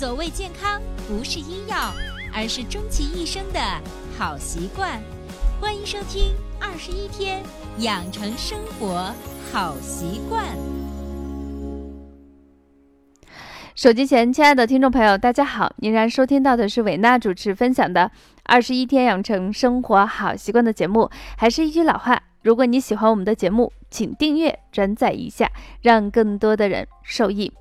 所谓健康，不是医药，而是终其一生的好习惯。欢迎收听21天养成生活好习惯。 手机前亲爱的听众朋友大家好，您然收听到的是伟娜主持分享的21天养成生活好习惯的节目。还是一句老话，如果你喜欢我们的节目，请订阅转载一下，让更多的人受益。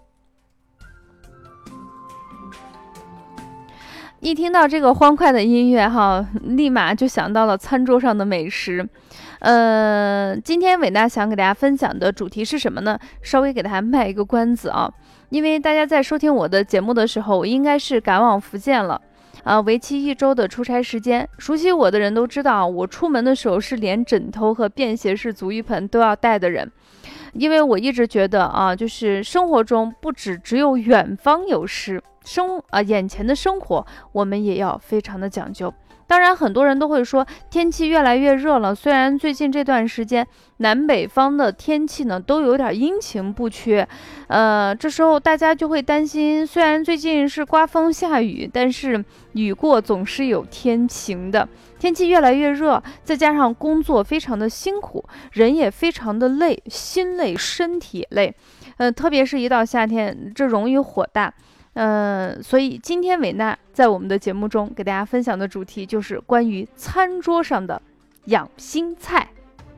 一听到这个欢快的音乐立马就想到了餐桌上的美食。今天伟娜想给大家分享的主题是什么呢？稍微给大家卖一个关子啊，因为大家在收听我的节目的时候，我应该是赶往福建了为期1周的出差时间。熟悉我的人都知道，我出门的时候是连枕头和便携式足浴盆都要带的人。因为我一直觉得就是生活中不只有远方有诗，眼前的生活我们也要非常的讲究。当然很多人都会说天气越来越热了，虽然最近这段时间南北方的天气呢都有点阴晴不缺，这时候大家就会担心，虽然最近是刮风下雨，但是雨过总是有天晴的。天气越来越热，再加上工作非常的辛苦，人也非常的累，心累身体也累，特别是一到夏天，这容易火大。所以今天伟娜在我们的节目中给大家分享的主题就是关于餐桌上的养心菜。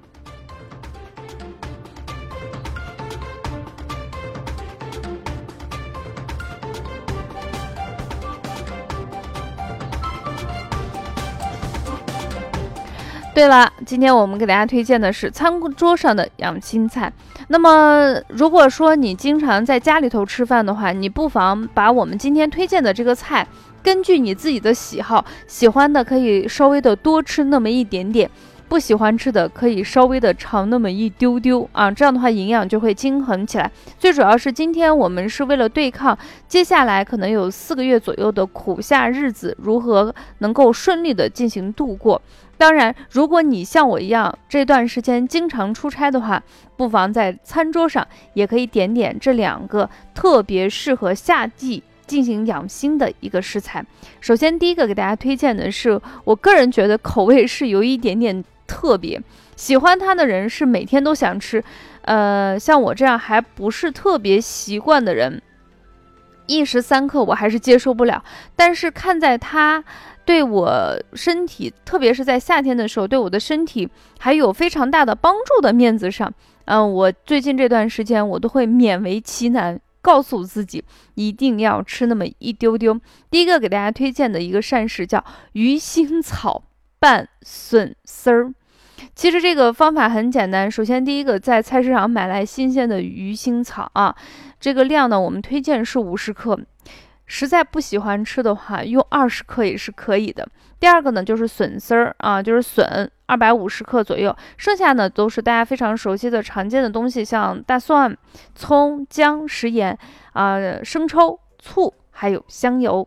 对了，今天我们给大家推荐的是餐桌上的养心菜。那么如果说你经常在家里头吃饭的话，你不妨把我们今天推荐的这个菜，根据你自己的喜好，喜欢的可以稍微的多吃那么一点点，不喜欢吃的可以稍微的尝那么一丢丢这样的话营养就会均衡起来。最主要是今天我们是为了对抗接下来可能有4个月左右的苦夏日子，如何能够顺利的进行度过。当然如果你像我一样这段时间经常出差的话，不妨在餐桌上也可以点点这2个特别适合夏季进行养心的一个食材。首先第一个给大家推荐的是我个人觉得口味是有一点点特别，喜欢它的人是每天都想吃，像我这样还不是特别习惯的人，一时3刻我还是接受不了。但是看在它对我身体，特别是在夏天的时候对我的身体还有非常大的帮助的面子上，我最近这段时间我都会勉为其难告诉自己一定要吃那么一丢丢。第一个给大家推荐的一个膳食叫鱼腥草拌笋丝儿。其实这个方法很简单，首先第一个在菜市场买来新鲜的鱼腥草这个量呢我们推荐是50克，实在不喜欢吃的话用20克也是可以的。第二个呢就是笋丝儿就是笋250克左右，剩下呢都是大家非常熟悉的常见的东西，像大蒜、葱、姜、食盐生抽、醋还有香油。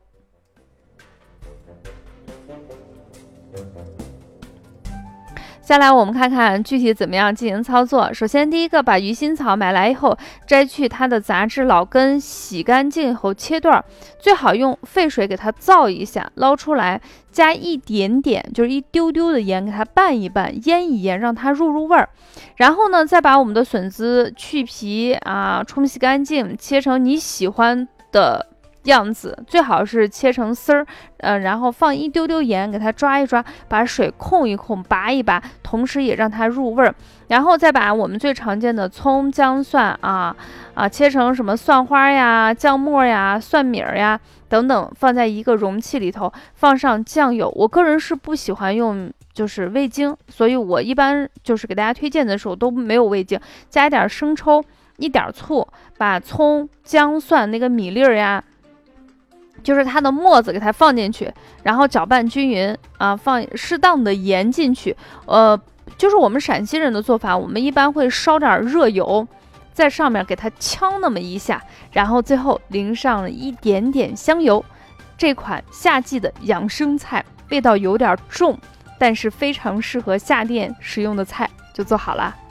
下来我们看看具体怎么样进行操作。首先第一个，把鱼腥草买来以后摘去它的杂质老根，洗干净以后切段，最好用沸水给它燥一下，捞出来加一点点就是一丢丢的盐给它拌一拌，腌一腌，让它入味儿。然后呢再把我们的笋子去皮冲洗干净，切成你喜欢的样子，最好是切成丝儿，然后放一丢丢盐给它抓一抓，把水控一控，拔一拔，同时也让它入味儿。然后再把我们最常见的葱、姜、蒜切成什么蒜花呀、姜末呀、蒜米呀等等，放在一个容器里头，放上酱油。我个人是不喜欢用就是味精，所以我一般就是给大家推荐的时候都没有味精，加一点生抽，一点醋，把葱、姜、蒜那个米粒儿呀，就是它的沫子给它放进去，然后搅拌均匀放适当的盐进去。就是我们陕西人的做法，我们一般会烧点热油在上面给它敲那么一下，然后最后淋上一点点香油。这款夏季的养生菜味道有点重，但是非常适合夏天食用的菜就做好了。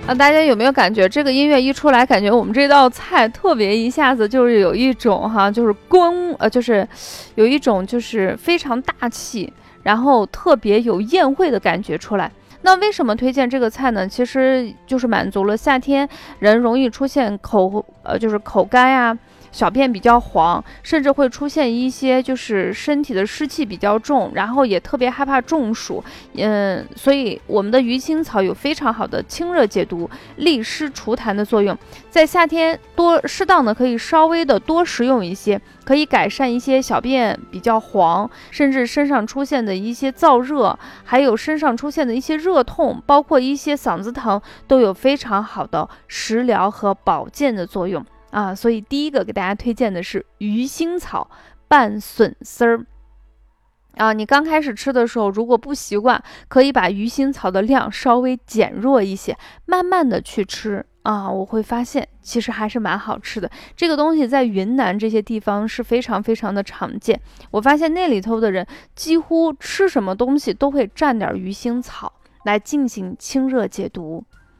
大家有没有感觉这个音乐一出来，感觉我们这道菜特别一下子就是有一种就是就是有一种就是非常大气，然后特别有宴会的感觉出来。那为什么推荐这个菜呢？其实就是满足了夏天人容易出现就是口干呀，小便比较黄，甚至会出现一些就是身体的湿气比较重，然后也特别害怕中暑。所以我们的鱼腥草有非常好的清热解毒、利湿除痰的作用。在夏天适当的可以稍微的多食用一些，可以改善一些小便比较黄，甚至身上出现的一些燥热，还有身上出现的一些热痛，包括一些嗓子疼，都有非常好的食疗和保健的作用。所以第一个给大家推荐的是鱼腥草拌笋丝儿。你刚开始吃的时候，如果不习惯，可以把鱼腥草的量稍微减弱一些，慢慢的去吃我会发现其实还是蛮好吃的。这个东西在云南这些地方是非常非常的常见，我发现那里头的人几乎吃什么东西都会蘸点鱼腥草来进行清热解毒。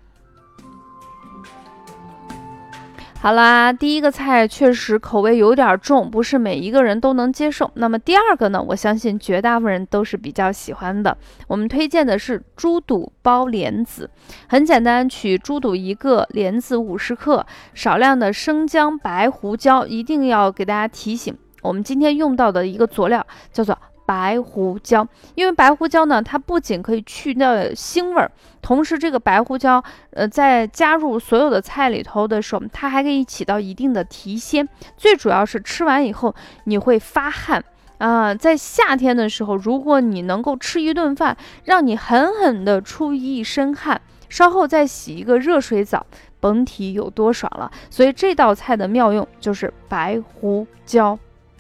好啦，第一个菜确实口味有点重，不是每一个人都能接受。那么第二个呢，我相信绝大部分人都是比较喜欢的。我们推荐的是猪肚包莲子。很简单，取猪肚1个，莲子50克，少量的生姜、白胡椒。一定要给大家提醒，我们今天用到的一个佐料叫做白胡椒，因为白胡椒呢，它不仅可以去掉腥味儿，同时这个白胡椒在加入所有的菜里头的时候，它还可以起到一定的提鲜。最主要是吃完以后你会发汗在夏天的时候，如果你能够吃一顿饭让你狠狠的出一身汗，稍后再洗一个热水澡，甭提有多爽了。所以这道菜的妙用就是白胡椒。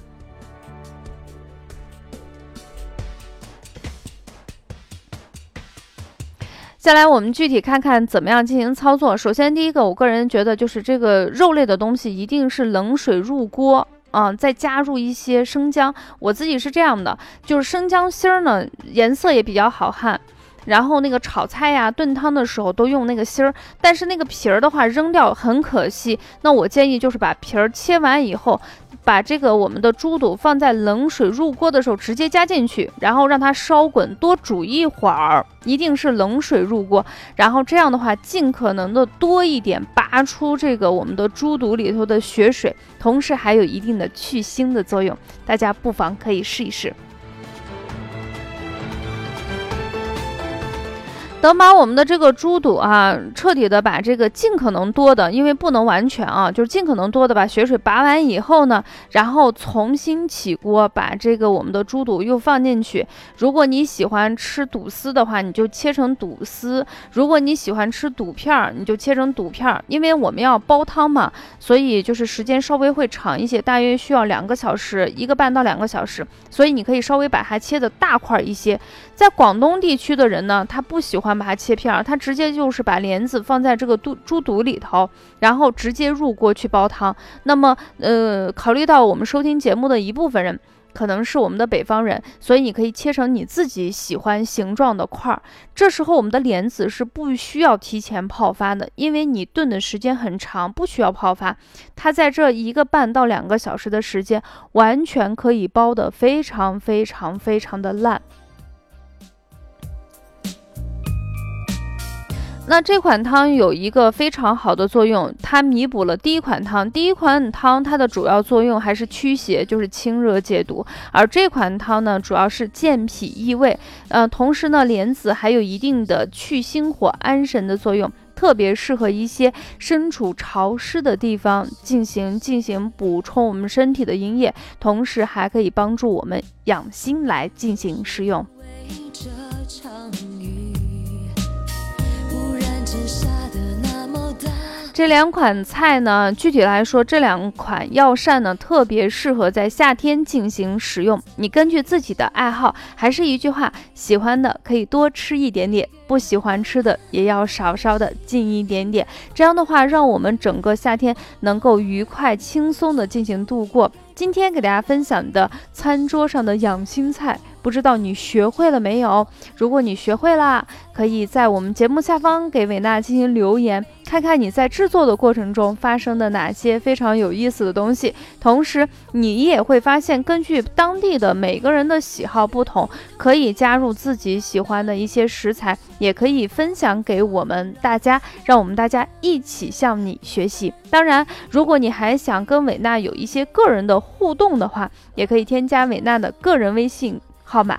下来我们具体看看怎么样进行操作。首先第一个，我个人觉得就是这个肉类的东西一定是冷水入锅再加入一些生姜。我自己是这样的，就是生姜芯儿呢颜色也比较好看，然后那个炒菜呀炖汤的时候都用那个芯儿，但是那个皮儿的话扔掉很可惜。那我建议就是把皮儿切完以后，把这个我们的猪肚放在冷水入锅的时候直接加进去，然后让它烧滚，多煮一会儿，一定是冷水入锅。然后这样的话尽可能的多一点拔出这个我们的猪肚里头的血水，同时还有一定的去腥的作用，大家不妨可以试一试。等把我们的这个猪肚彻底的把这个尽可能多的，因为不能完全就是尽可能多的把血水拔完以后呢，然后重新起锅，把这个我们的猪肚又放进去。如果你喜欢吃肚丝的话，你就切成肚丝；如果你喜欢吃肚片，你就切成肚片。因为我们要煲汤嘛，所以就是时间稍微会长一些，大约需要2个小时，1个半到2个小时。所以你可以稍微把它切的大块一些。在广东地区的人呢，他不喜欢把它切片，他直接就是把莲子放在这个猪肚里头，然后直接入锅去煲汤。那么考虑到我们收听节目的一部分人可能是我们的北方人，所以你可以切成你自己喜欢形状的块儿。这时候我们的莲子是不需要提前泡发的，因为你炖的时间很长，不需要泡发。它在这1个半到2个小时的时间，完全可以煲得非常非常非常的烂。那这款汤有一个非常好的作用，它弥补了第一款汤。第一款汤它的主要作用还是驱邪，就是清热解毒，而这款汤呢主要是健脾益胃。同时呢，莲子还有一定的去心火安神的作用，特别适合一些身处潮湿的地方进行补充我们身体的营液，同时还可以帮助我们养心来进行食用。这2款菜呢，具体来说，这2款药膳呢，特别适合在夏天进行食用。你根据自己的爱好，还是一句话，喜欢的可以多吃一点点，不喜欢吃的也要少少的进一点点。这样的话，让我们整个夏天能够愉快轻松的进行度过。今天给大家分享的餐桌上的养心菜， 不知道你学会了没有？如果你学会了，可以在我们节目下方给伟娜进行留言，看看你在制作的过程中发生的哪些非常有意思的东西。同时你也会发现，根据当地的每个人的喜好不同，可以加入自己喜欢的一些食材，也可以分享给我们大家，让我们大家一起向你学习。当然，如果你还想跟伟娜有一些个人的互动的话，也可以添加伟娜的个人微信号码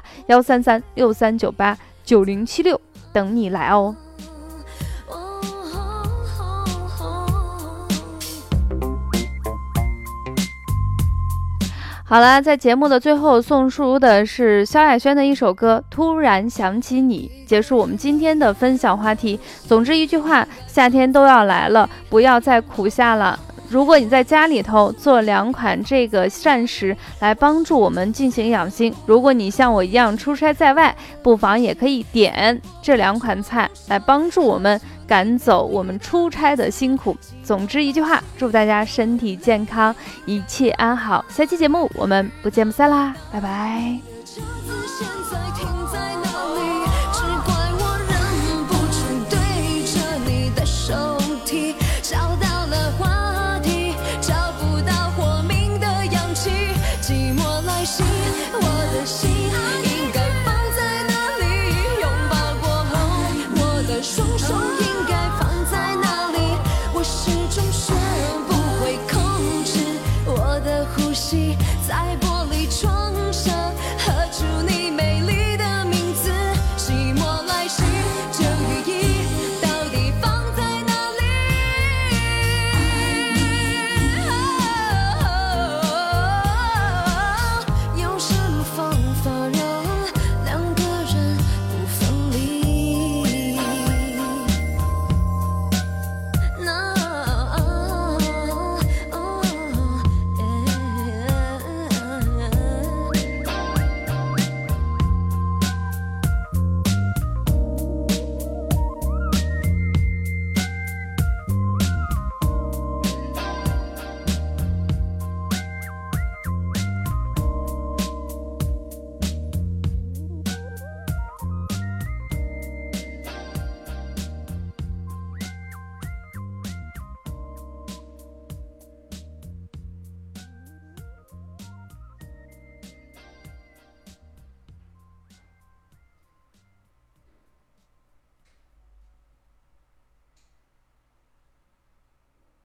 13363989076，等你来哦。好了，在节目的最后送出的是萧亚轩的一首歌《突然想起你》，结束我们今天的分享话题。总之一句话，夏天都要来了，不要再苦夏了。如果你在家里头做2款这个膳食来帮助我们进行养心，如果你像我一样出差在外，不妨也可以点这2款菜来帮助我们赶走我们出差的辛苦。总之一句话，祝大家身体健康，一切安好。下期节目我们不见不散啦，拜拜。